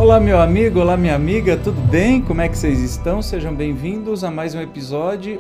Olá, meu amigo, olá, minha amiga, tudo bem? Como é que vocês estão? Sejam bem-vindos a mais um episódio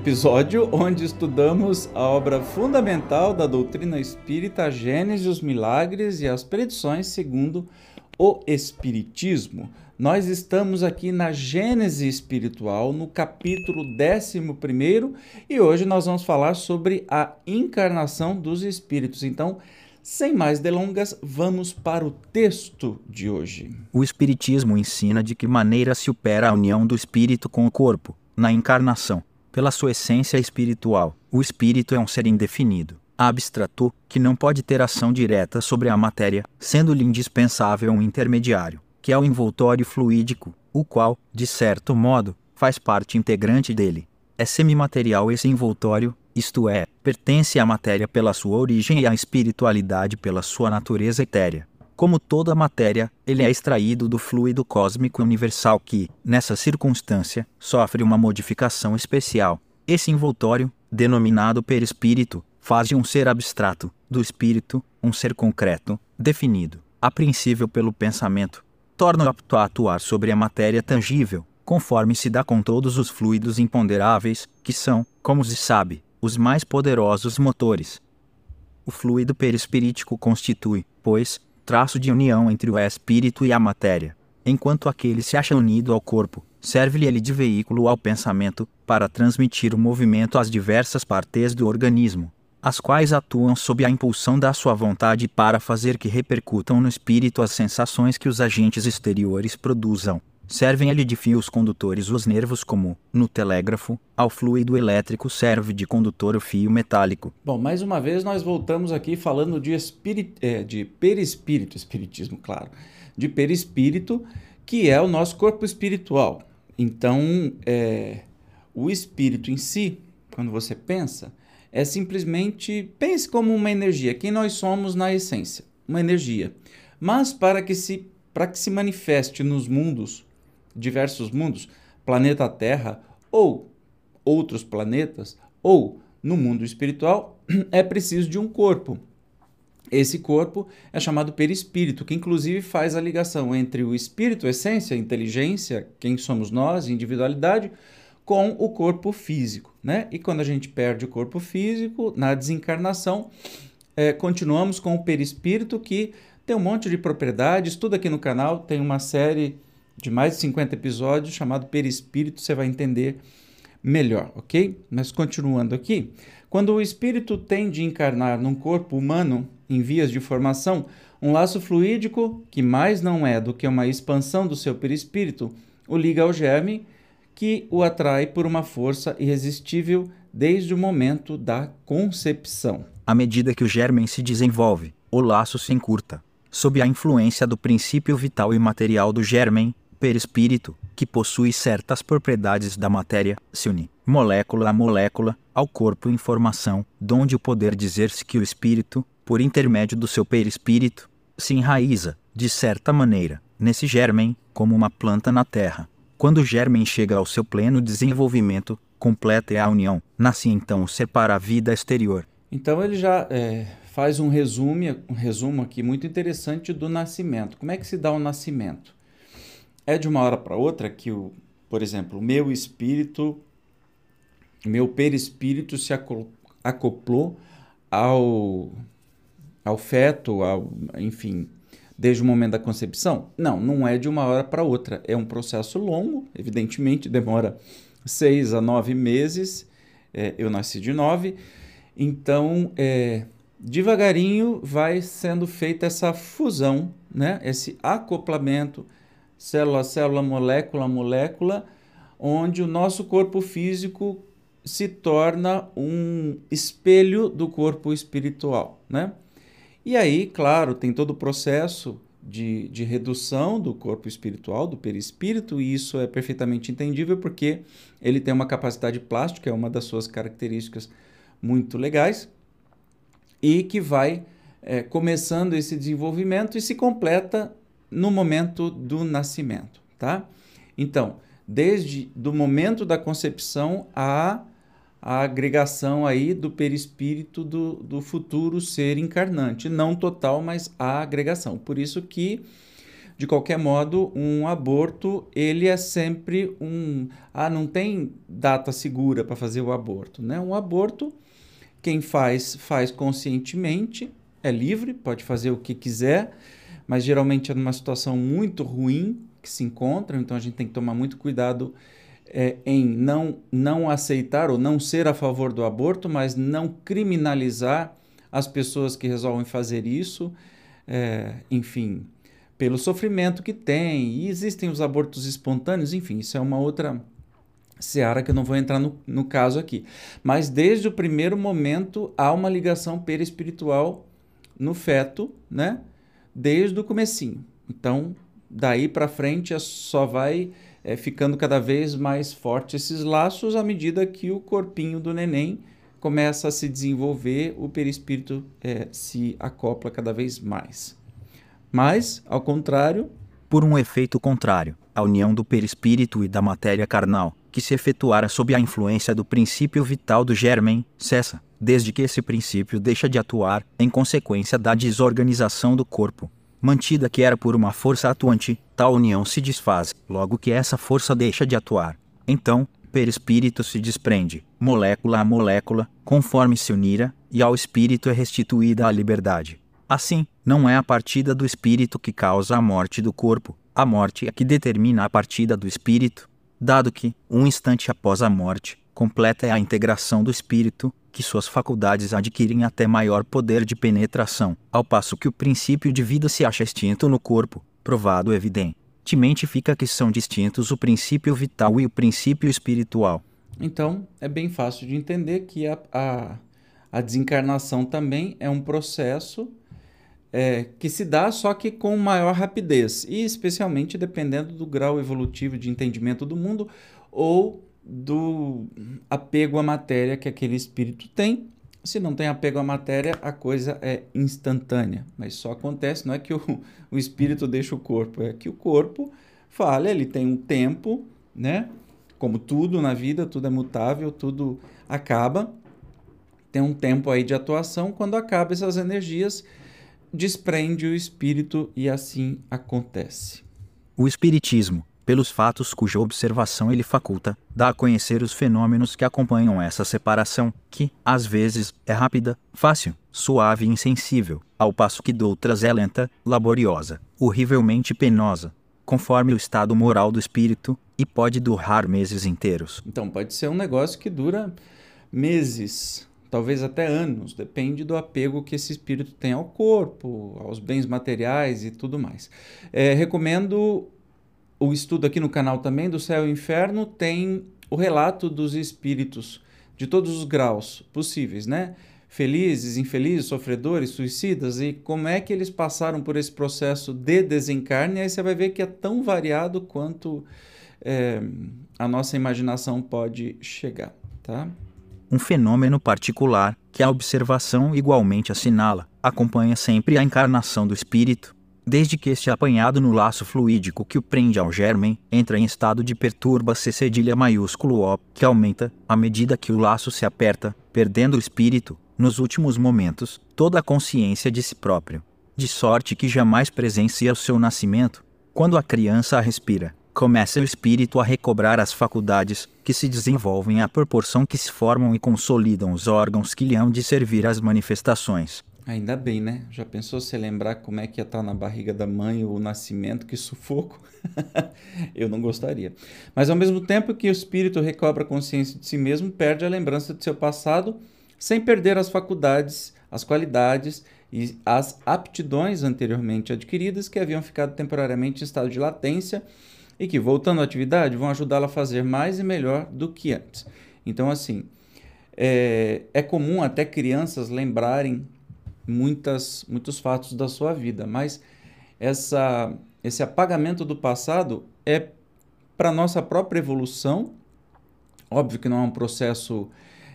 onde estudamos a obra fundamental da doutrina espírita, a Gênese, os milagres e as predições segundo o Espiritismo. Nós estamos aqui na Gênese espiritual, no capítulo 11º, e hoje nós vamos falar sobre a encarnação dos espíritos. Então, sem mais delongas, vamos para o texto de hoje. O Espiritismo ensina de que maneira se opera a união do espírito com o corpo, na encarnação. Pela sua essência espiritual, o espírito é um ser indefinido, abstrato, que não pode ter ação direta sobre a matéria, sendo-lhe indispensável um intermediário, que é o envoltório fluídico, o qual, de certo modo, faz parte integrante dele. É semimaterial esse envoltório, isto é, pertence à matéria pela sua origem e à espiritualidade pela sua natureza etérea. Como toda matéria, ele é extraído do fluido cósmico universal que, nessa circunstância, sofre uma modificação especial. Esse envoltório, denominado perispírito, faz de um ser abstrato, do espírito, um ser concreto, definido, apreensível pelo pensamento, torna-o apto a atuar sobre a matéria tangível, conforme se dá com todos os fluidos imponderáveis, que são, como se sabe, os mais poderosos motores. O fluido perispirítico constitui, pois, traço de união entre o espírito e a matéria. Enquanto aquele se acha unido ao corpo, serve-lhe ele de veículo ao pensamento, para transmitir o movimento às diversas partes do organismo, as quais atuam sob a impulsão da sua vontade para fazer que repercutam no espírito as sensações que os agentes exteriores produzam. Servem-lhe de fios condutores os nervos como, no telégrafo, ao fluido elétrico serve de condutor o fio metálico. Bom, mais uma vez nós voltamos aqui falando de perispírito, espiritismo, claro, de perispírito, que é o nosso corpo espiritual. Então, o espírito em si, quando você pensa, é simplesmente, pense como uma energia, quem nós somos na essência, uma energia. Mas para que se manifeste nos mundos, diversos mundos, planeta Terra ou outros planetas, ou no mundo espiritual, é preciso de um corpo. Esse corpo é chamado perispírito, que inclusive faz a ligação entre o espírito, essência, inteligência, quem somos nós, individualidade, com o corpo físico, né? E quando a gente perde o corpo físico, na desencarnação, continuamos com o perispírito, que tem um monte de propriedades. Tudo aqui no canal tem uma série de mais de 50 episódios chamado Perispírito, você vai entender melhor, ok? Mas continuando aqui, quando o espírito tem de encarnar num corpo humano em vias de formação, um laço fluídico, que mais não é do que uma expansão do seu perispírito, o liga ao germe, que o atrai por uma força irresistível desde o momento da concepção. À medida que o germe se desenvolve, o laço se encurta. Sob a influência do princípio vital e material do germe, perispírito, que possui certas propriedades da matéria, se une, molécula a molécula, ao corpo em formação, donde o poder dizer-se que o espírito, por intermédio do seu perispírito, se enraiza, de certa maneira, nesse germe, como uma planta na terra. Quando o germe chega ao seu pleno desenvolvimento, completa é a união, nasce então o ser para a vida exterior. Então ele já faz um resumo aqui muito interessante do nascimento. Como é que se dá o nascimento? É de uma hora para outra que, por exemplo, o meu espírito, o meu perispírito se acoplou ao feto, enfim, desde o momento da concepção? Não é de uma hora para outra. É um processo longo, evidentemente, demora 6 a 9 meses. Eu nasci de 9. Então, devagarinho vai sendo feita essa fusão, né? Esse acoplamento, célula a célula, molécula a molécula, onde o nosso corpo físico se torna um espelho do corpo espiritual, né? E aí, claro, tem todo o processo de redução do corpo espiritual, do perispírito, e isso é perfeitamente entendível porque ele tem uma capacidade plástica, é uma das suas características muito legais, e que vai começando esse desenvolvimento e se completa no momento do nascimento, tá? Então, desde do momento da concepção a agregação aí do perispírito do futuro ser encarnante, não total, mas a agregação. Por isso que de qualquer modo, um aborto, ele é sempre não tem data segura para fazer o aborto, né? Um aborto, quem faz conscientemente, é livre, pode fazer o que quiser, mas geralmente é numa situação muito ruim que se encontra, então a gente tem que tomar muito cuidado em não aceitar ou não ser a favor do aborto, mas não criminalizar as pessoas que resolvem fazer isso, enfim, pelo sofrimento que tem. E existem os abortos espontâneos, enfim, isso é uma outra seara que eu não vou entrar no caso aqui. Mas desde o primeiro momento há uma ligação perispiritual no feto, né? Desde o comecinho. Então, daí para frente só vai ficando cada vez mais forte esses laços à medida que o corpinho do neném começa a se desenvolver, o perispírito se acopla cada vez mais. Mas, ao contrário... Por um efeito contrário, a união do perispírito e da matéria carnal, que se efetuara sob a influência do princípio vital do germen, cessa, desde que esse princípio deixa de atuar, em consequência da desorganização do corpo. Mantida que era por uma força atuante, tal união se desfaz, logo que essa força deixa de atuar. Então, o perispírito se desprende, molécula a molécula, conforme se unira, e ao espírito é restituída a liberdade. Assim, não é a partida do espírito que causa a morte do corpo, a morte é que determina a partida do espírito, dado que, um instante após a morte, completa é a integração do espírito, que suas faculdades adquirem até maior poder de penetração, ao passo que o princípio de vida se acha extinto no corpo, provado evidentemente fica que são distintos o princípio vital e o princípio espiritual. Então, é bem fácil de entender que a desencarnação também é um processo que se dá só que com maior rapidez, e especialmente dependendo do grau evolutivo de entendimento do mundo ou do apego à matéria que aquele espírito tem. Se não tem apego à matéria, a coisa é instantânea, mas só acontece, não é que o espírito deixa o corpo, é que o corpo falha, ele tem um tempo, né? Como tudo na vida, tudo é mutável, tudo acaba, tem um tempo aí de atuação, quando acaba essas energias, desprende o espírito e assim acontece. O espiritismo, pelos fatos cuja observação ele faculta, dá a conhecer os fenômenos que acompanham essa separação, que, às vezes, é rápida, fácil, suave e insensível, ao passo que doutras é lenta, laboriosa, horrivelmente penosa, conforme o estado moral do espírito, e pode durar meses inteiros. Então, pode ser um negócio que dura meses, talvez até anos, depende do apego que esse espírito tem ao corpo, aos bens materiais e tudo mais. Recomendo o estudo aqui no canal também do Céu e Inferno, tem o relato dos espíritos de todos os graus possíveis, né? Felizes, infelizes, sofredores, suicidas, e como é que eles passaram por esse processo de desencarne, aí você vai ver que é tão variado quanto a nossa imaginação pode chegar, tá? Um fenômeno particular, que a observação igualmente assinala, acompanha sempre a encarnação do espírito, desde que este apanhado no laço fluídico que o prende ao germen, entra em estado de perturba-se cedilha maiúsculo O, que aumenta, à medida que o laço se aperta, perdendo o espírito, nos últimos momentos, toda a consciência de si próprio, de sorte que jamais presencia o seu nascimento. Quando a criança a respira, começa o espírito a recobrar as faculdades, que se desenvolvem à proporção que se formam e consolidam os órgãos que lhe hão de servir às manifestações. Ainda bem, né? Já pensou se lembrar como é que ia estar na barriga da mãe o nascimento? Que sufoco! Eu não gostaria. Mas ao mesmo tempo que o espírito recobra a consciência de si mesmo, perde a lembrança de seu passado, sem perder as faculdades, as qualidades e as aptidões anteriormente adquiridas que haviam ficado temporariamente em estado de latência e que, voltando à atividade, vão ajudá-la a fazer mais e melhor do que antes. Então, assim, é comum até crianças lembrarem muitos fatos da sua vida, mas esse apagamento do passado é para a nossa própria evolução. Óbvio que não é um processo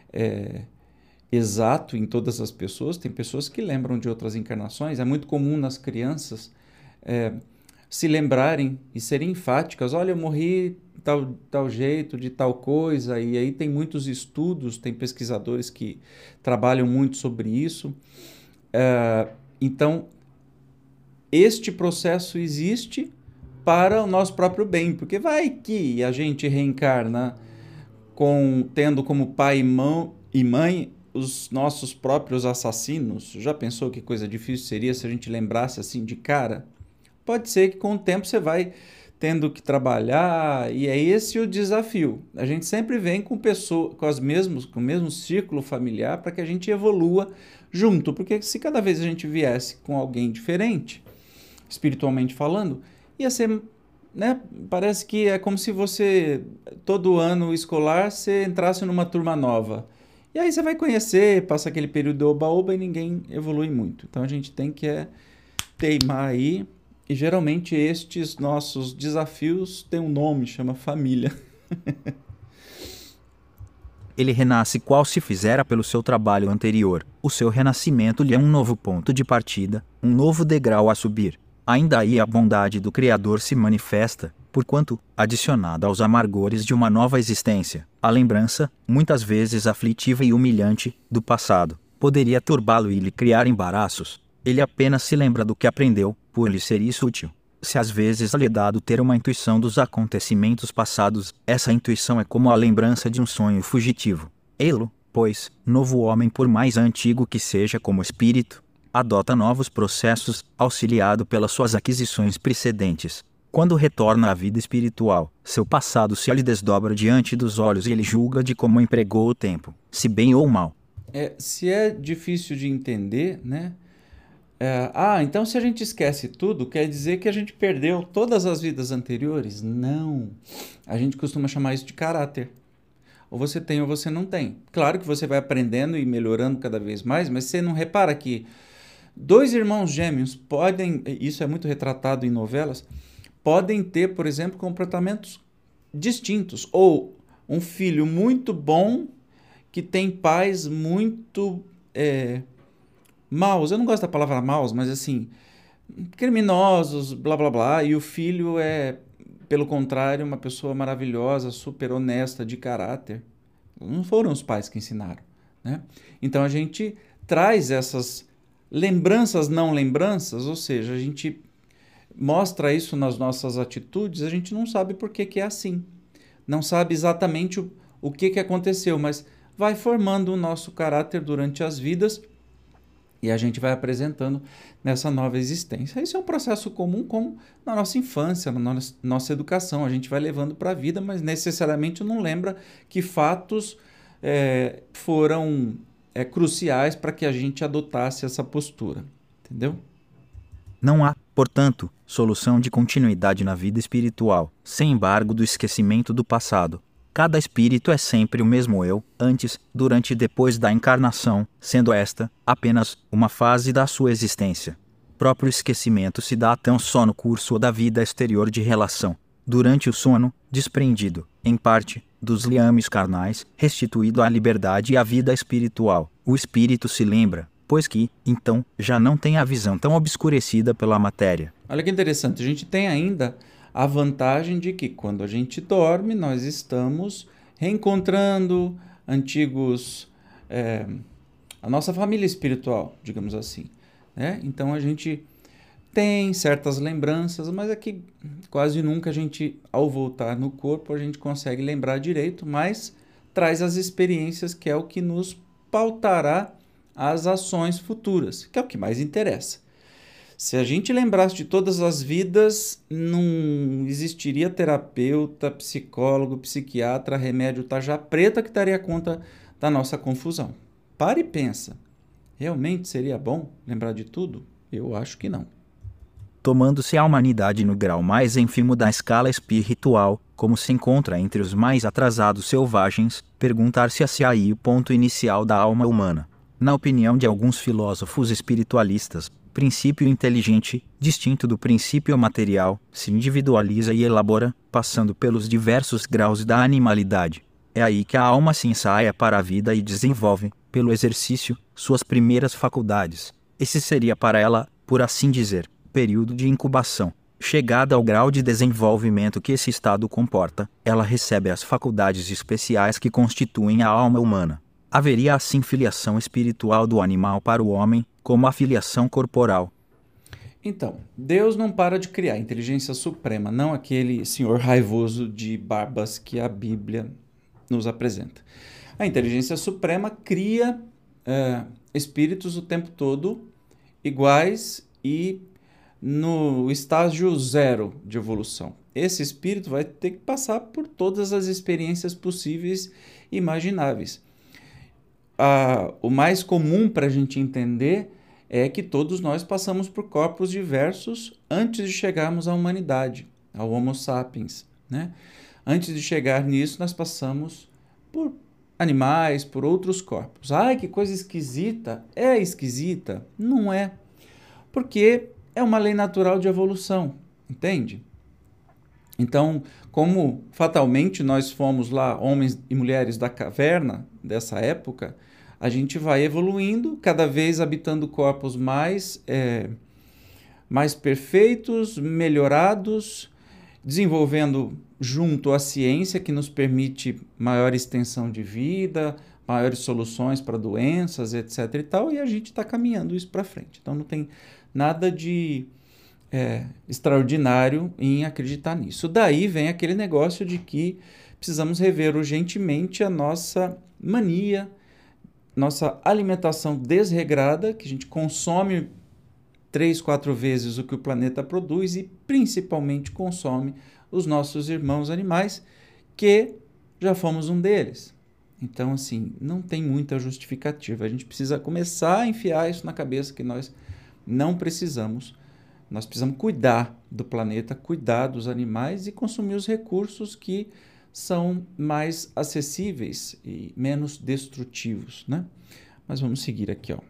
exato em todas as pessoas, tem pessoas que lembram de outras encarnações, é muito comum nas crianças se lembrarem e serem enfáticas, olha, eu morri tal jeito, de tal coisa, e aí tem muitos estudos, tem pesquisadores que trabalham muito sobre isso. Então, este processo existe para o nosso próprio bem, porque vai que a gente reencarna tendo como pai e mãe os nossos próprios assassinos. Já pensou que coisa difícil seria se a gente lembrasse assim de cara? Pode ser que com o tempo você vai tendo que trabalhar, e é esse o desafio. A gente sempre vem com pessoas com o mesmo círculo familiar para que a gente evolua junto, porque se cada vez a gente viesse com alguém diferente, espiritualmente falando, ia ser, né? Parece que é como se você, todo ano escolar, você entrasse numa turma nova. E aí você vai conhecer, passa aquele período de oba-oba e ninguém evolui muito. Então a gente tem que teimar aí. E geralmente estes nossos desafios têm um nome, chama família. Ele renasce qual se fizera pelo seu trabalho anterior. O seu renascimento lhe é um novo ponto de partida, um novo degrau a subir. Ainda aí a bondade do Criador se manifesta, porquanto, adicionada aos amargores de uma nova existência, a lembrança, muitas vezes aflitiva e humilhante, do passado, poderia turbá-lo e lhe criar embaraços. Ele apenas se lembra do que aprendeu, por lhe ser isso útil. Se às vezes lhe é dado ter uma intuição dos acontecimentos passados, essa intuição é como a lembrança de um sonho fugitivo. Ele, pois, novo homem por mais antigo que seja como espírito, adota novos processos, auxiliado pelas suas aquisições precedentes. Quando retorna à vida espiritual, seu passado se lhe desdobra diante dos olhos e ele julga de como empregou o tempo, se bem ou mal. Se é difícil de entender, né? Então se a gente esquece tudo, quer dizer que a gente perdeu todas as vidas anteriores? Não. A gente costuma chamar isso de caráter. Ou você tem ou você não tem. Claro que você vai aprendendo e melhorando cada vez mais, mas você não repara que 2 irmãos gêmeos podem, isso é muito retratado em novelas, podem ter, por exemplo, comportamentos distintos. Ou um filho muito bom que tem pais muito maus. Eu não gosto da palavra maus, mas assim, criminosos, blá blá blá. E o filho é, pelo contrário, uma pessoa maravilhosa, super honesta, de caráter. Não foram os pais que ensinaram, né? Então a gente traz essas lembranças, não lembranças, ou seja, a gente mostra isso nas nossas atitudes, a gente não sabe por que é assim. Não sabe exatamente o que aconteceu, mas vai formando o nosso caráter durante as vidas e a gente vai apresentando nessa nova existência. Isso é um processo comum como na nossa infância, na nossa educação. A gente vai levando para a vida, mas necessariamente não lembra que fatos foram cruciais para que a gente adotasse essa postura. Entendeu? Não há, portanto, solução de continuidade na vida espiritual, sem embargo do esquecimento do passado. Cada espírito é sempre o mesmo eu, antes, durante e depois da encarnação, sendo esta apenas uma fase da sua existência. Próprio esquecimento se dá tão só no curso da vida exterior de relação. Durante o sono, desprendido, em parte, dos liames carnais, restituído à liberdade e à vida espiritual, o espírito se lembra, pois que, então, já não tem a visão tão obscurecida pela matéria. Olha que interessante, a gente tem ainda a vantagem de que quando a gente dorme, nós estamos reencontrando antigos, a nossa família espiritual, digamos assim, né? Então a gente tem certas lembranças, mas é que quase nunca a gente, ao voltar no corpo, a gente consegue lembrar direito, mas traz as experiências que é o que nos pautará as ações futuras, que é o que mais interessa. Se a gente lembrasse de todas as vidas, não existiria terapeuta, psicólogo, psiquiatra, remédio tarja preta que daria conta da nossa confusão. Para e pensa. Realmente seria bom lembrar de tudo? Eu acho que não. Tomando-se a humanidade no grau mais ínfimo da escala espiritual, como se encontra entre os mais atrasados selvagens, perguntar-se aí o ponto inicial da alma humana. Na opinião de alguns filósofos espiritualistas, princípio inteligente, distinto do princípio material, se individualiza e elabora, passando pelos diversos graus da animalidade. É aí que a alma se ensaia para a vida e desenvolve, pelo exercício, suas primeiras faculdades. Esse seria para ela, por assim dizer, período de incubação. Chegada ao grau de desenvolvimento que esse estado comporta, ela recebe as faculdades especiais que constituem a alma humana. Haveria assim filiação espiritual do animal para o homem, como a filiação corporal. Então, Deus não para de criar, inteligência suprema, não aquele senhor raivoso de barbas que a Bíblia nos apresenta. A inteligência suprema cria espíritos o tempo todo iguais e no estágio zero de evolução. Esse espírito vai ter que passar por todas as experiências possíveis e imagináveis. O mais comum para a gente entender é que todos nós passamos por corpos diversos antes de chegarmos à humanidade, ao Homo sapiens, né? Antes de chegar nisso, nós passamos por animais, por outros corpos. Ai, que coisa esquisita! É esquisita? Não é. Porque é uma lei natural de evolução, entende? Então, como fatalmente nós fomos lá homens e mulheres da caverna dessa época, a gente vai evoluindo, cada vez habitando corpos mais perfeitos, melhorados, desenvolvendo junto à ciência que nos permite maior extensão de vida, maiores soluções para doenças, etc. e tal, e a gente está caminhando isso para frente. Então não tem nada de extraordinário em acreditar nisso. Daí vem aquele negócio de que precisamos rever urgentemente a nossa mania, nossa alimentação desregrada, que a gente consome 3, 4 vezes o que o planeta produz e principalmente consome os nossos irmãos animais, que já fomos um deles. Então, assim, não tem muita justificativa. A gente precisa começar a enfiar isso na cabeça que nós não precisamos. Nós precisamos cuidar do planeta, cuidar dos animais e consumir os recursos que são mais acessíveis e menos destrutivos, né? Mas vamos seguir aqui, ó.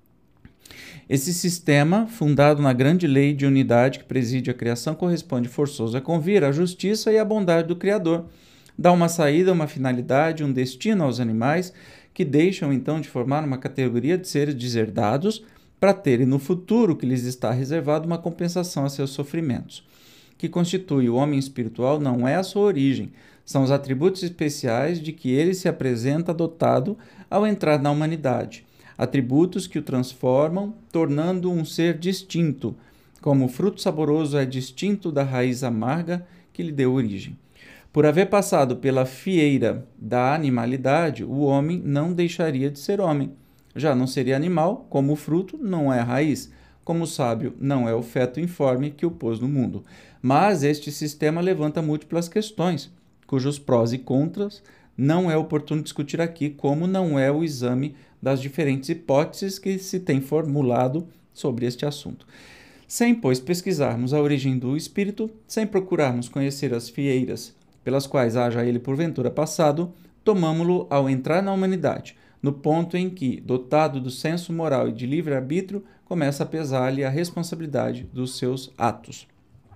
Esse sistema, fundado na grande lei de unidade que preside a criação, corresponde forçoso a convir a justiça e a bondade do Criador. Dá uma saída, uma finalidade, um destino aos animais que deixam então de formar uma categoria de seres deserdados para terem no futuro que lhes está reservado uma compensação a seus sofrimentos. Que constitui o homem espiritual não é a sua origem, são os atributos especiais de que ele se apresenta dotado ao entrar na humanidade. Atributos que o transformam, tornando um ser distinto, como o fruto saboroso é distinto da raiz amarga que lhe deu origem. Por haver passado pela fieira da animalidade, o homem não deixaria de ser homem. Já não seria animal, como o fruto não é a raiz, como o sábio não é o feto informe que o pôs no mundo. Mas este sistema levanta múltiplas questões, cujos prós e contras não é oportuno discutir aqui, como não é o exame das diferentes hipóteses que se tem formulado sobre este assunto. Sem, pois, pesquisarmos a origem do espírito, sem procurarmos conhecer as fieiras pelas quais haja ele porventura passado, tomamo-lo ao entrar na humanidade, no ponto em que, dotado do senso moral e de livre-arbítrio, começa a pesar-lhe a responsabilidade dos seus atos.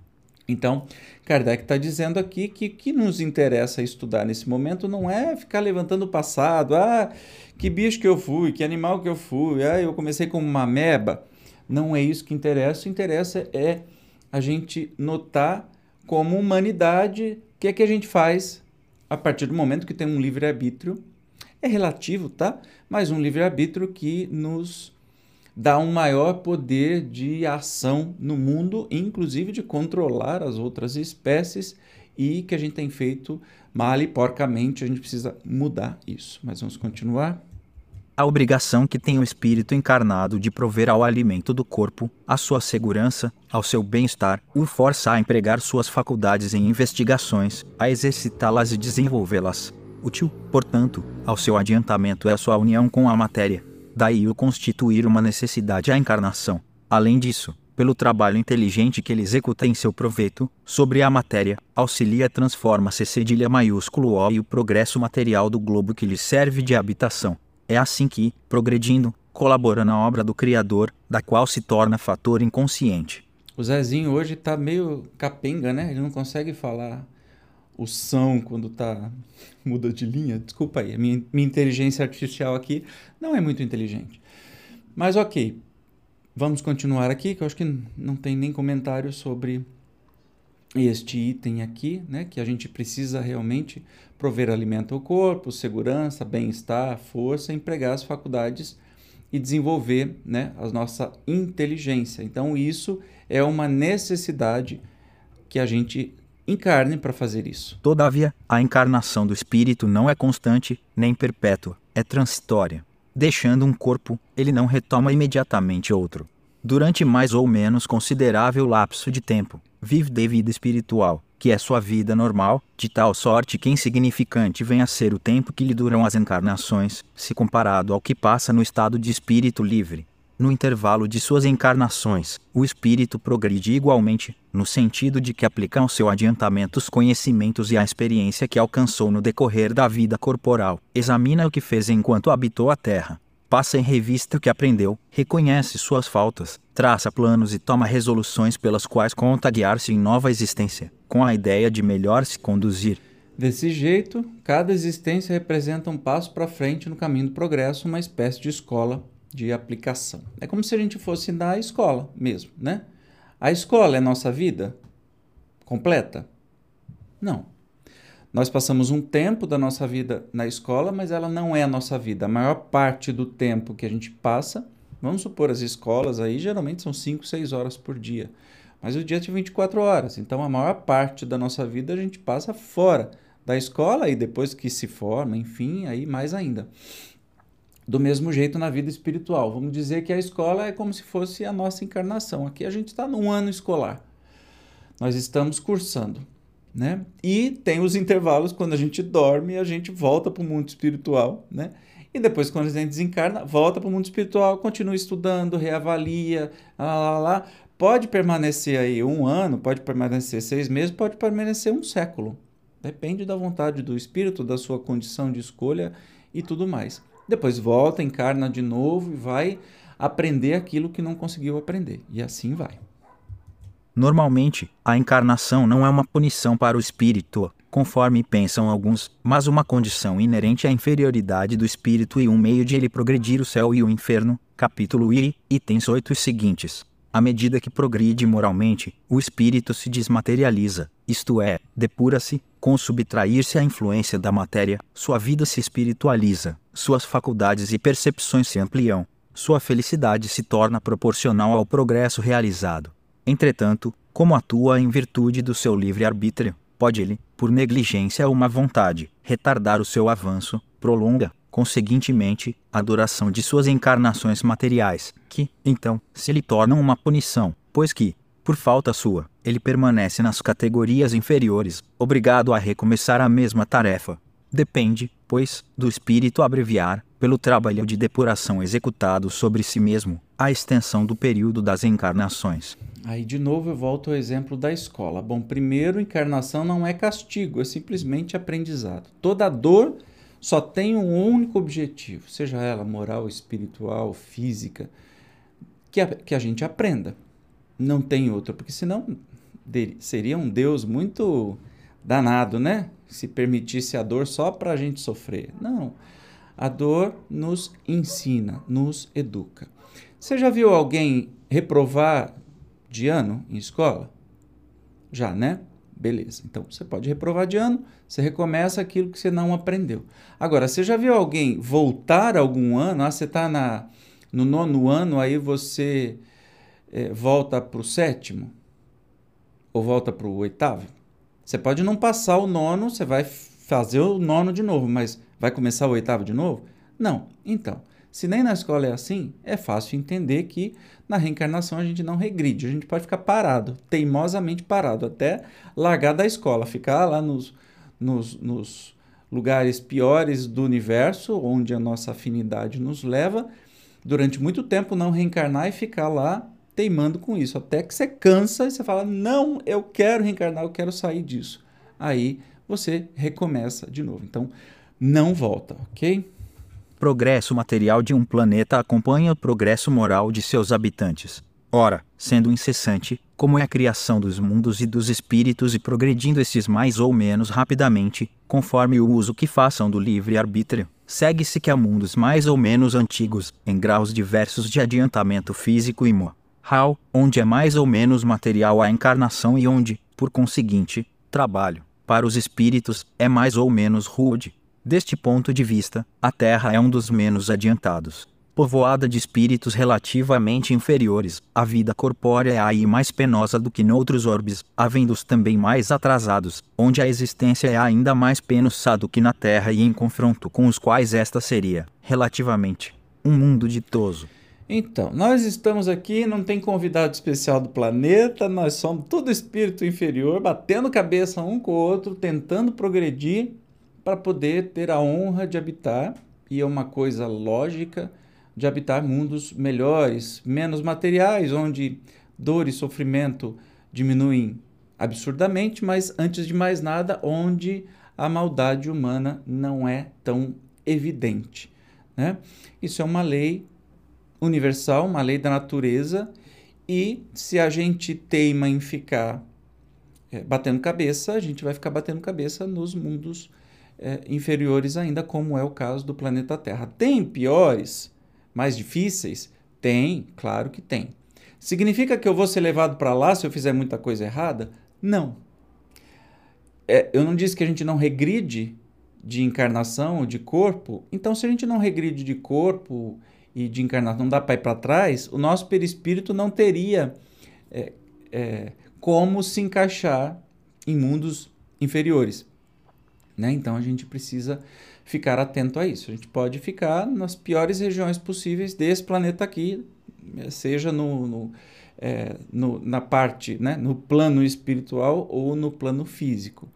Então, Kardec está dizendo aqui que o que nos interessa estudar nesse momento não é ficar levantando o passado, que bicho que eu fui, que animal que eu fui, eu comecei como uma ameba. Não é isso que interessa, o que interessa é a gente notar como humanidade o que é que a gente faz a partir do momento que tem um livre-arbítrio. É relativo, tá? Mas um livre-arbítrio que nos dá um maior poder de ação no mundo, inclusive de controlar as outras espécies, e que a gente tem feito mal e porcamente, a gente precisa mudar isso. Mas vamos continuar. A obrigação que tem o espírito encarnado de prover ao alimento do corpo, à sua segurança, ao seu bem-estar, o força a empregar suas faculdades em investigações, a exercitá-las e desenvolvê-las. Útil, portanto, ao seu adiantamento é a sua união com a matéria. Daí o constituir uma necessidade à encarnação. Além disso, pelo trabalho inteligente que ele executa em seu proveito, sobre a matéria, auxilia transforma-se cedilha maiúsculo O e o progresso material do globo que lhe serve de habitação. É assim que, progredindo, colabora na obra do Criador, da qual se torna fator inconsciente. O Zezinho hoje está meio capenga, né? Ele não consegue falar o som quando muda de linha. Desculpa aí, a minha inteligência artificial aqui não é muito inteligente. Mas ok, vamos continuar aqui, que eu acho que não tem nem comentário sobre este item aqui, né? Que a gente precisa realmente prover alimento ao corpo, segurança, bem-estar, força, empregar as faculdades e desenvolver, né, a nossa inteligência. Então isso é uma necessidade que a gente encarne para fazer isso. Todavia, a encarnação do espírito não é constante, nem perpétua, é transitória. Deixando um corpo, ele não retoma imediatamente outro. Durante mais ou menos considerável lapso de tempo, vive de vida espiritual, que é sua vida normal, de tal sorte que insignificante vem a ser o tempo que lhe duram as encarnações, se comparado ao que passa no estado de espírito livre. No intervalo de suas encarnações, o espírito progride igualmente, no sentido de que aplica ao seu adiantamento os conhecimentos e a experiência que alcançou no decorrer da vida corporal, examina o que fez enquanto habitou a terra, passa em revista o que aprendeu, reconhece suas faltas, traça planos e toma resoluções pelas quais conta guiar-se em nova existência, com a ideia de melhor se conduzir. Desse jeito, cada existência representa um passo para frente no caminho do progresso, uma espécie de escola de aplicação. É como se a gente fosse na escola mesmo, né? A escola é nossa vida completa? Não. Nós passamos um tempo da nossa vida na escola, mas ela não é a nossa vida. A maior parte do tempo que a gente passa, vamos supor, as escolas aí geralmente são 5, 6 horas por dia. Mas o dia tem 24 horas, então a maior parte da nossa vida a gente passa fora da escola e depois que se forma, enfim, aí mais ainda. Do mesmo jeito na vida espiritual. Vamos dizer que a escola é como se fosse a nossa encarnação. Aqui a gente está num ano escolar. Nós estamos cursando, né? E tem os intervalos quando a gente dorme e a gente volta para o mundo espiritual, né? E depois, quando a gente desencarna, volta para o mundo espiritual, continua estudando, reavalia, lá. Pode permanecer aí 1 ano, pode permanecer 6 meses, pode permanecer 1 século. Depende da vontade do espírito, da sua condição de escolha e tudo mais. Depois volta, encarna de novo e vai aprender aquilo que não conseguiu aprender. E assim vai. Normalmente, a encarnação não é uma punição para o espírito, conforme pensam alguns, mas uma condição inerente à inferioridade do espírito e um meio de ele progredir o céu e o inferno. Capítulo I, itens 8 e seguintes. À medida que progride moralmente, o espírito se desmaterializa, isto é, depura-se, com subtrair-se à influência da matéria, sua vida se espiritualiza, suas faculdades e percepções se ampliam, sua felicidade se torna proporcional ao progresso realizado. Entretanto, como atua em virtude do seu livre-arbítrio, pode ele, por negligência ou má vontade, retardar o seu avanço, prolonga, conseguintemente, a duração de suas encarnações materiais, que, então, se lhe tornam uma punição, pois que, por falta sua, ele permanece nas categorias inferiores, obrigado a recomeçar a mesma tarefa. Depende, pois, do espírito abreviar, pelo trabalho de depuração executado sobre si mesmo, a extensão do período das encarnações. Aí, de novo, eu volto ao exemplo da escola. Bom, primeiro, encarnação não é castigo, é simplesmente aprendizado. Toda dor só tem um único objetivo, seja ela moral, espiritual, física, que a gente aprenda. Não tem outra, porque senão seria um Deus muito danado, né? Se permitisse a dor só para a gente sofrer. Não, a dor nos ensina, nos educa. Você já viu alguém reprovar de ano em escola? Já, né? Beleza, então você pode reprovar de ano, você recomeça aquilo que você não aprendeu. Agora, você já viu alguém voltar algum ano? Você está no 9º ano, aí você volta para o 7º? Ou volta para o 8º? Você pode não passar o 9º, você vai fazer o 9º de novo, mas vai começar o 8º de novo? Não. Então, se nem na escola é assim, é fácil entender que na reencarnação a gente não regride, a gente pode ficar parado, teimosamente parado, até largar da escola, ficar lá nos lugares piores do universo, onde a nossa afinidade nos leva, durante muito tempo não reencarnar e ficar lá teimando com isso, até que você cansa e você fala, não, eu quero reencarnar, eu quero sair disso. Aí você recomeça de novo. Então, não volta, ok? Progresso material de um planeta acompanha o progresso moral de seus habitantes. Ora, sendo incessante, como é a criação dos mundos e dos espíritos e progredindo esses mais ou menos rapidamente, conforme o uso que façam do livre-arbítrio, segue-se que há mundos mais ou menos antigos, em graus diversos de adiantamento físico e moral, onde é mais ou menos material a encarnação e onde, por conseguinte, trabalho, para os espíritos, é mais ou menos rude. Deste ponto de vista, a Terra é um dos menos adiantados. povoada de espíritos relativamente inferiores. A vida corpórea é aí mais penosa do que noutros orbes, havendo-os também mais atrasados, onde a existência é ainda mais penosa do que na Terra e em confronto com os quais esta seria, relativamente, um mundo ditoso. Então, nós estamos aqui, não tem convidado especial do planeta, nós somos tudo espírito inferior, batendo cabeça um com o outro, tentando progredir para poder ter a honra de habitar, e é uma coisa lógica, de habitar mundos melhores, menos materiais, onde dor e sofrimento diminuem absurdamente, mas antes de mais nada, onde a maldade humana não é tão evidente, né? Isso é uma lei universal, uma lei da natureza, e se a gente teima em ficar batendo cabeça, a gente vai ficar batendo cabeça nos mundos inferiores ainda, como é o caso do planeta Terra. Tem piores, mais difíceis? Tem, claro que tem. Significa que eu vou ser levado para lá se eu fizer muita coisa errada? Não. Eu não disse que a gente não regride de encarnação ou de corpo. Então, se a gente não regride de corpo e de encarnação, não dá para ir para trás, o nosso perispírito não teria como se encaixar em mundos inferiores, né? Então, a gente precisa ficar atento a isso. A gente pode ficar nas piores regiões possíveis desse planeta aqui, seja na parte, né, no plano espiritual ou no plano físico.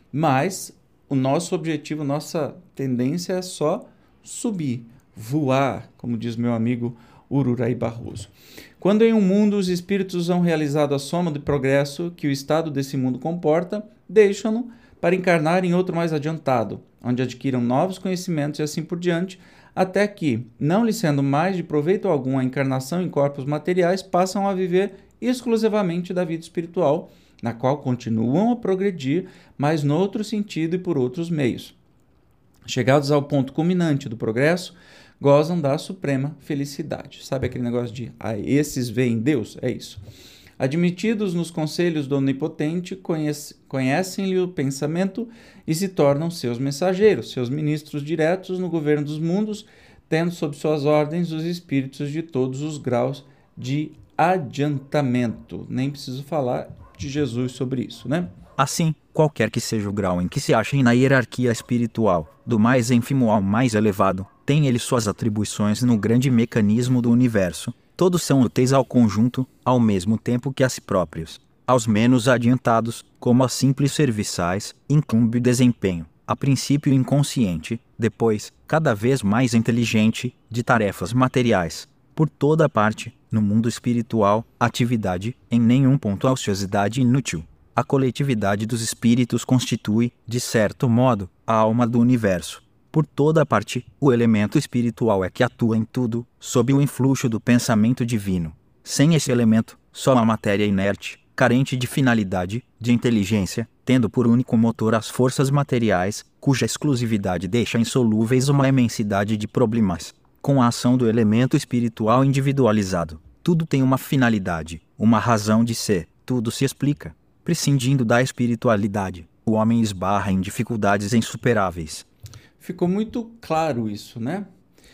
Mas o nosso objetivo, nossa tendência é só subir, voar, como diz meu amigo Ururaí Barroso. Quando em um mundo os espíritos hão realizado a soma de progresso que o estado desse mundo comporta, deixam-no para encarnar em outro mais adiantado, onde adquiram novos conhecimentos e assim por diante, até que, não lhe sendo mais de proveito algum a encarnação em corpos materiais, passam a viver exclusivamente da vida espiritual, na qual continuam a progredir, mas noutro sentido e por outros meios. Chegados ao ponto culminante do progresso, gozam da suprema felicidade. Sabe aquele negócio de esses veem Deus? É isso. Admitidos nos conselhos do Onipotente, conhecem-lhe o pensamento e se tornam seus mensageiros, seus ministros diretos no governo dos mundos, tendo sob suas ordens os espíritos de todos os graus de adiantamento. Nem preciso falar de Jesus sobre isso, né? Assim, qualquer que seja o grau em que se achem na hierarquia espiritual, do mais ínfimo ao mais elevado, tem ele suas atribuições no grande mecanismo do universo. Todos são úteis ao conjunto, ao mesmo tempo que a si próprios. Aos menos adiantados, como a simples serviçais, incumbe o desempenho, a princípio inconsciente, depois, cada vez mais inteligente, de tarefas materiais. Por toda parte, no mundo espiritual, atividade, em nenhum ponto a ociosidade inútil. A coletividade dos espíritos constitui, de certo modo, a alma do universo. Por toda parte, o elemento espiritual é que atua em tudo, sob o influxo do pensamento divino. Sem esse elemento, só a matéria inerte, carente de finalidade, de inteligência, tendo por único motor as forças materiais, cuja exclusividade deixa insolúveis uma imensidade de problemas. Com a ação do elemento espiritual individualizado, tudo tem uma finalidade, uma razão de ser, tudo se explica. Prescindindo da espiritualidade, o homem esbarra em dificuldades insuperáveis. Ficou muito claro isso, né?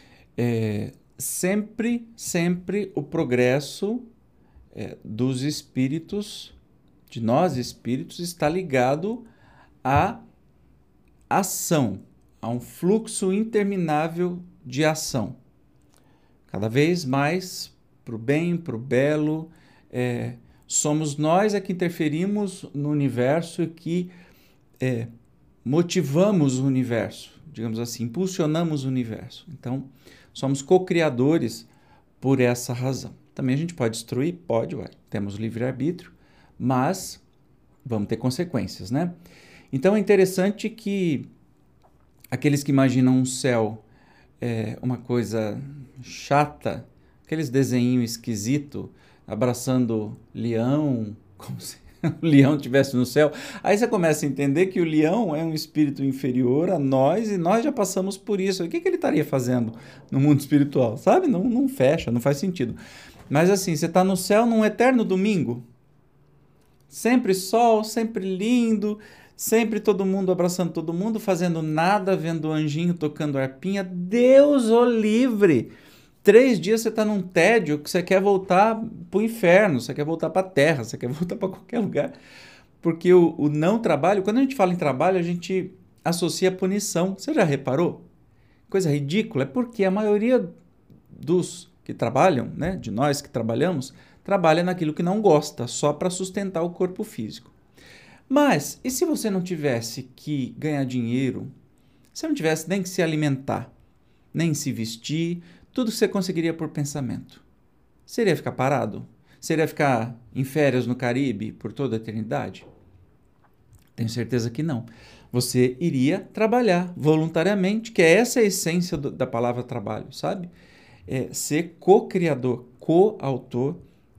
Sempre o progresso dos espíritos, de nós espíritos, está ligado à ação, a um fluxo interminável de ação. Cada vez mais para o bem, para o belo. Somos nós que interferimos no universo e que motivamos o universo, digamos assim, impulsionamos o universo. Então, somos co-criadores por essa razão. Também a gente pode destruir? Pode, temos livre-arbítrio, mas vamos ter consequências, né? Então, é interessante que aqueles que imaginam um céu uma coisa chata, aqueles desenhinhos esquisitos, abraçando leão, como se o leão estivesse no céu. Aí você começa a entender que o leão é um espírito inferior a nós e nós já passamos por isso. O que ele estaria fazendo no mundo espiritual? Sabe? Não fecha, não faz sentido. Mas assim, você está no céu num eterno domingo. Sempre sol, sempre lindo, sempre todo mundo abraçando todo mundo, fazendo nada, vendo o anjinho tocando arpinha. Deus o livre! 3 dias você está num tédio que você quer voltar para o inferno, você quer voltar para a terra, você quer voltar para qualquer lugar. Porque o não trabalho, quando a gente fala em trabalho, a gente associa a punição. Você já reparou? Coisa ridícula. É porque a maioria dos que trabalham, né, de nós que trabalhamos, trabalha naquilo que não gosta, só para sustentar o corpo físico. Mas, e se você não tivesse que ganhar dinheiro, se não tivesse nem que se alimentar, nem se vestir, tudo você conseguiria por pensamento? Seria ficar parado? Seria ficar em férias no Caribe por toda a eternidade? Tenho certeza que não. Você iria trabalhar voluntariamente, que é essa a essência da palavra trabalho, sabe? É ser co-criador, co-autor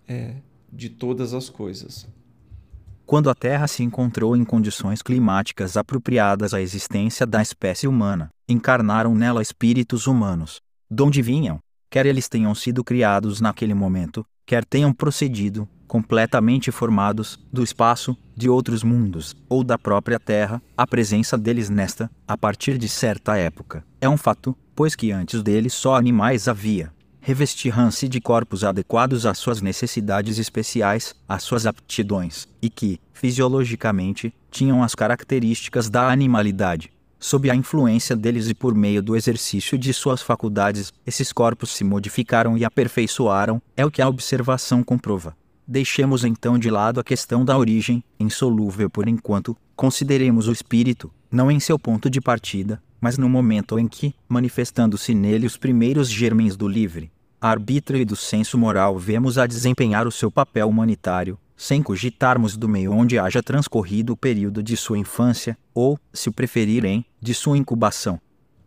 de todas as coisas. Quando a Terra se encontrou em condições climáticas apropriadas à existência da espécie humana, encarnaram nela espíritos humanos. De onde vinham? Quer eles tenham sido criados naquele momento, quer tenham procedido, completamente formados, do espaço, de outros mundos, ou da própria Terra, a presença deles nesta, a partir de certa época, é um fato, pois que antes deles só animais havia. Revestiram-se de corpos adequados às suas necessidades especiais, às suas aptidões, e que, fisiologicamente, tinham as características da animalidade. Sob a influência deles e por meio do exercício de suas faculdades, esses corpos se modificaram e aperfeiçoaram, é o que a observação comprova. Deixemos então de lado a questão da origem, insolúvel por enquanto, consideremos o espírito, não em seu ponto de partida, mas no momento em que, manifestando-se nele os primeiros germens do livre arbítrio e do senso moral, vemos a desempenhar o seu papel humanitário, sem cogitarmos do meio onde haja transcorrido o período de sua infância, ou, se o preferirem, de sua incubação.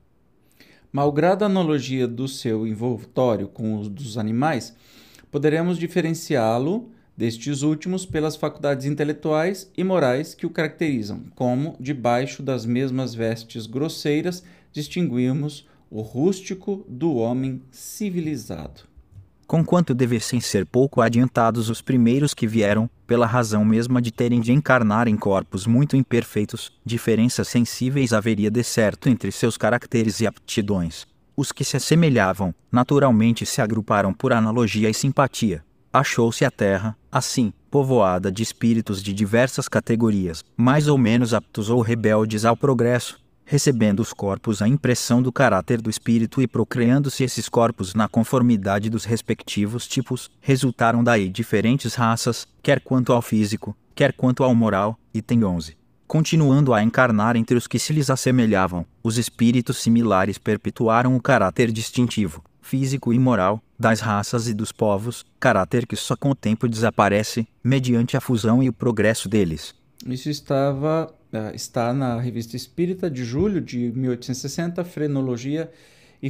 Malgrado a analogia do seu envoltório com os dos animais, poderemos diferenciá-lo destes últimos pelas faculdades intelectuais e morais que o caracterizam, como, debaixo das mesmas vestes grosseiras, distinguimos o rústico do homem civilizado. Conquanto devessem ser pouco adiantados os primeiros que vieram, pela razão mesma de terem de encarnar em corpos muito imperfeitos, diferenças sensíveis haveria de certo entre seus caracteres e aptidões. Os que se assemelhavam, naturalmente se agruparam por analogia e simpatia. Achou-se a terra, assim, povoada de espíritos de diversas categorias, mais ou menos aptos ou rebeldes ao progresso, recebendo os corpos a impressão do caráter do espírito e procriando-se esses corpos na conformidade dos respectivos tipos, resultaram daí diferentes raças, quer quanto ao físico, quer quanto ao moral, item 11. Continuando a encarnar entre os que se lhes assemelhavam, os espíritos similares perpetuaram o caráter distintivo, físico e moral, das raças e dos povos, caráter que só com o tempo desaparece, mediante a fusão e o progresso deles. Isso está na Revista Espírita de julho de 1860, Frenologia e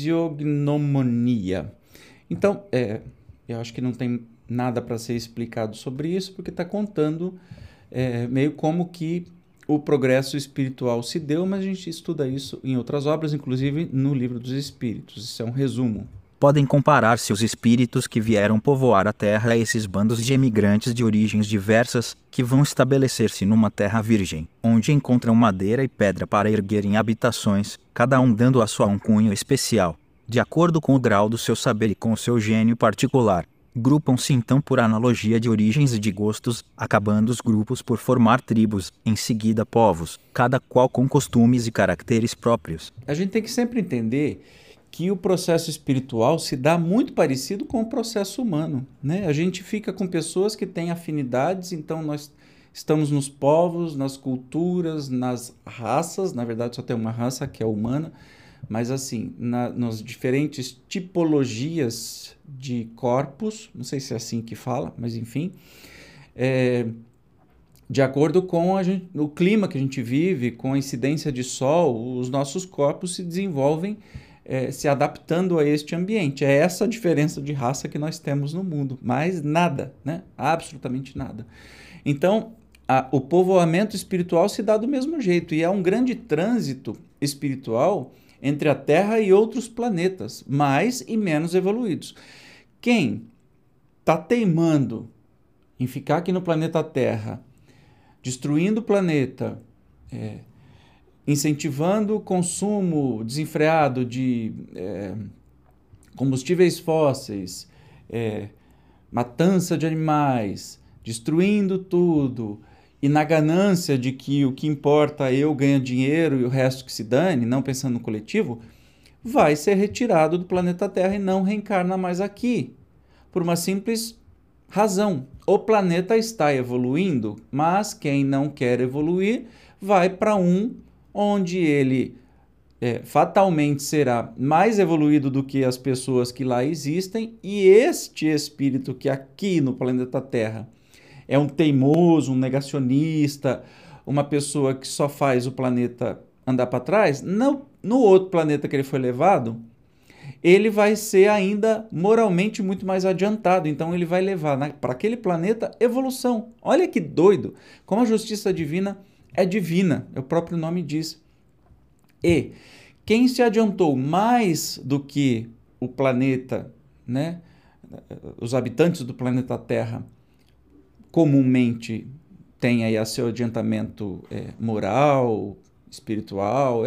Fisiognomonia. Então, eu acho que não tem nada para ser explicado sobre isso, porque está contando meio como que o progresso espiritual se deu, mas a gente estuda isso em outras obras, inclusive no Livro dos Espíritos. Isso é um resumo. Podem comparar-se os espíritos que vieram povoar a terra a esses bandos de emigrantes de origens diversas, que vão estabelecer-se numa terra virgem, onde encontram madeira e pedra para erguerem habitações, cada um dando a sua um cunho especial, de acordo com o grau do seu saber e com o seu gênio particular. Grupam-se então por analogia de origens e de gostos, acabando os grupos por formar tribos, em seguida povos, cada qual com costumes e caracteres próprios. A gente tem que sempre entender que o processo espiritual se dá muito parecido com o processo humano, né? A gente fica com pessoas que têm afinidades, então nós estamos nos povos, nas culturas, nas raças, na verdade só tem uma raça que é humana, mas assim, nas diferentes tipologias de corpos, não sei se é assim que fala, mas enfim, de acordo com o clima que a gente vive, com a incidência de sol, os nossos corpos se desenvolvem se adaptando a este ambiente. É essa a diferença de raça que nós temos no mundo, mais nada, né? Absolutamente nada. Então, o povoamento espiritual se dá do mesmo jeito, e é um grande trânsito espiritual entre a Terra e outros planetas, mais e menos evoluídos. Quem está teimando em ficar aqui no planeta Terra, destruindo o planeta, incentivando o consumo desenfreado de combustíveis fósseis, matança de animais, destruindo tudo, e na ganância de que o que importa é eu ganhar dinheiro e o resto que se dane, não pensando no coletivo, vai ser retirado do planeta Terra e não reencarna mais aqui. Por uma simples razão. O planeta está evoluindo, mas quem não quer evoluir vai para um onde ele fatalmente será mais evoluído do que as pessoas que lá existem, e este espírito que aqui no planeta Terra é um teimoso, um negacionista, uma pessoa que só faz o planeta andar para trás, no outro planeta que ele foi levado, ele vai ser ainda moralmente muito mais adiantado. Então ele vai levar para aquele planeta evolução. Olha que doido! Como a justiça divina é divina, o próprio nome diz. E quem se adiantou mais do que o planeta, né, os habitantes do planeta Terra, comumente tem aí a seu adiantamento moral, espiritual,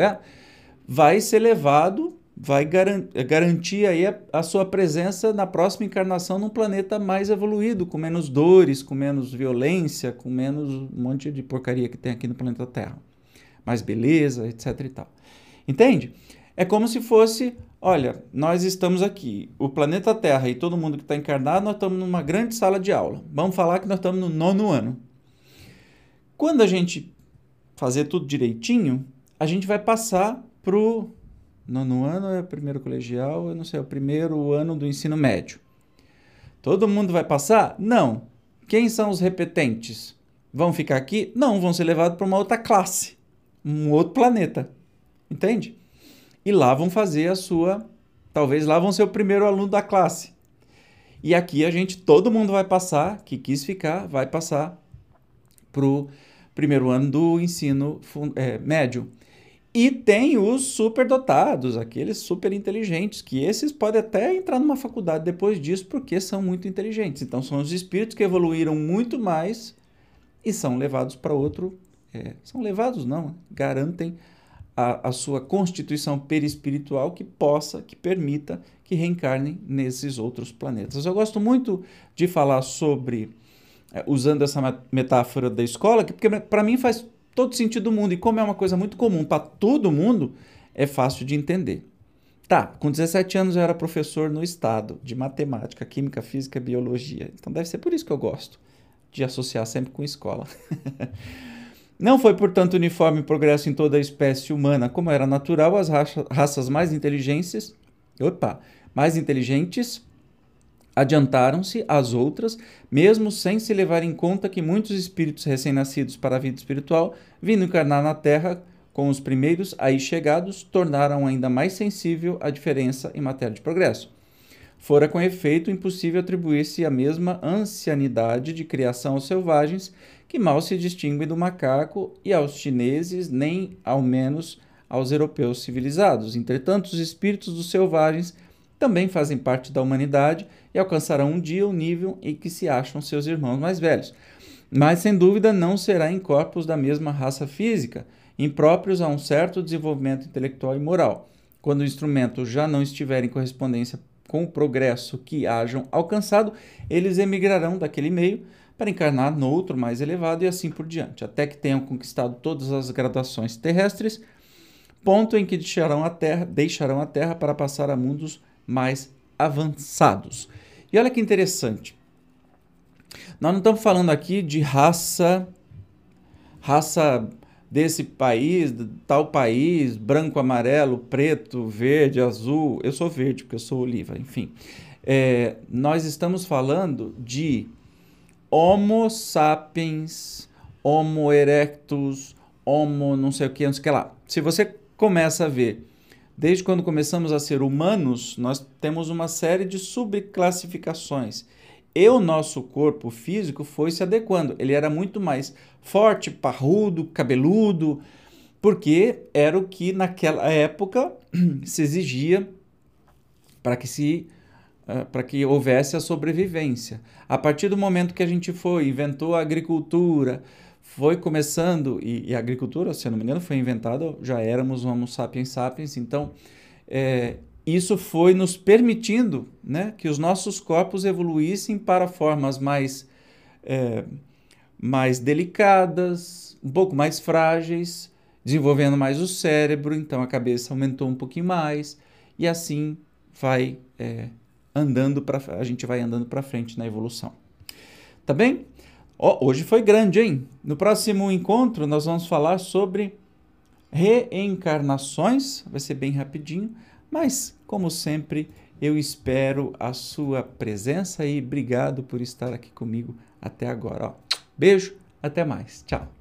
vai ser levado, vai garantir aí a sua presença na próxima encarnação num planeta mais evoluído, com menos dores, com menos violência, com menos um monte de porcaria que tem aqui no planeta Terra. Mais beleza, etc e tal. Entende? É como se fosse, olha, nós estamos aqui, o planeta Terra e todo mundo que está encarnado, nós estamos numa grande sala de aula. Vamos falar que nós estamos no 9º ano. Quando a gente fazer tudo direitinho, a gente vai passar para o 9º ano, é o primeiro colegial, eu não sei, é o primeiro ano do ensino médio. Todo mundo vai passar? Não. Quem são os repetentes? Vão ficar aqui? Não, vão ser levados para uma outra classe, um outro planeta. Entende? E lá vão fazer talvez lá vão ser o primeiro aluno da classe. E aqui todo mundo vai passar, que quis ficar, vai passar para o primeiro ano do ensino médio. E tem os superdotados, aqueles super inteligentes, que esses podem até entrar numa faculdade depois disso, porque são muito inteligentes. Então são os espíritos que evoluíram muito mais e são levados para outro... são levados não, garantem a sua constituição perispiritual que permita que reencarnem nesses outros planetas. Eu gosto muito de falar sobre, usando essa metáfora da escola, porque para mim faz todo sentido do mundo, e como é uma coisa muito comum para todo mundo, é fácil de entender. Tá, com 17 anos eu era professor no estado de matemática, química, física, biologia, então deve ser por isso que eu gosto de associar sempre com escola. Não foi, portanto, uniforme progresso em toda a espécie humana, como era natural, as raças mais inteligentes adiantaram-se às outras, mesmo sem se levar em conta que muitos espíritos recém-nascidos para a vida espiritual, vindo encarnar na Terra com os primeiros aí chegados, tornaram ainda mais sensível a diferença em matéria de progresso. Fora com efeito impossível atribuir-se a mesma ancianidade de criação aos selvagens, que mal se distingue do macaco, e aos chineses, nem ao menos aos europeus civilizados. Entretanto, os espíritos dos selvagens também fazem parte da humanidade e alcançarão um dia o nível em que se acham seus irmãos mais velhos. Mas, sem dúvida, não será em corpos da mesma raça física, impróprios a um certo desenvolvimento intelectual e moral. Quando o instrumento já não estiver em correspondência com o progresso que hajam alcançado, eles emigrarão daquele meio para encarnar no outro mais elevado e assim por diante, até que tenham conquistado todas as graduações terrestres, ponto em que deixarão a Terra para passar a mundos mais avançados. E olha que interessante, nós não estamos falando aqui de raça desse país, de tal país, branco, amarelo, preto, verde, azul. Eu sou verde porque eu sou oliva, enfim. Nós estamos falando de Homo sapiens, Homo erectus, Homo não sei o que lá. Se você começa a ver, desde quando começamos a ser humanos, nós temos uma série de subclassificações. E o nosso corpo físico foi se adequando. Ele era muito mais forte, parrudo, cabeludo, porque era o que naquela época se exigia para que houvesse a sobrevivência. A partir do momento que a gente inventou a agricultura, foi começando, e a agricultura, se eu não me engano, foi inventada, já éramos Homo sapiens sapiens, então isso foi nos permitindo, né, que os nossos corpos evoluíssem para formas mais delicadas, um pouco mais frágeis, desenvolvendo mais o cérebro, então a cabeça aumentou um pouquinho mais, e assim vai a gente vai andando para frente na evolução. Tá bem? Hoje foi grande, hein? No próximo encontro nós vamos falar sobre reencarnações, vai ser bem rapidinho, mas como sempre eu espero a sua presença e obrigado por estar aqui comigo até agora. Beijo, até mais, tchau.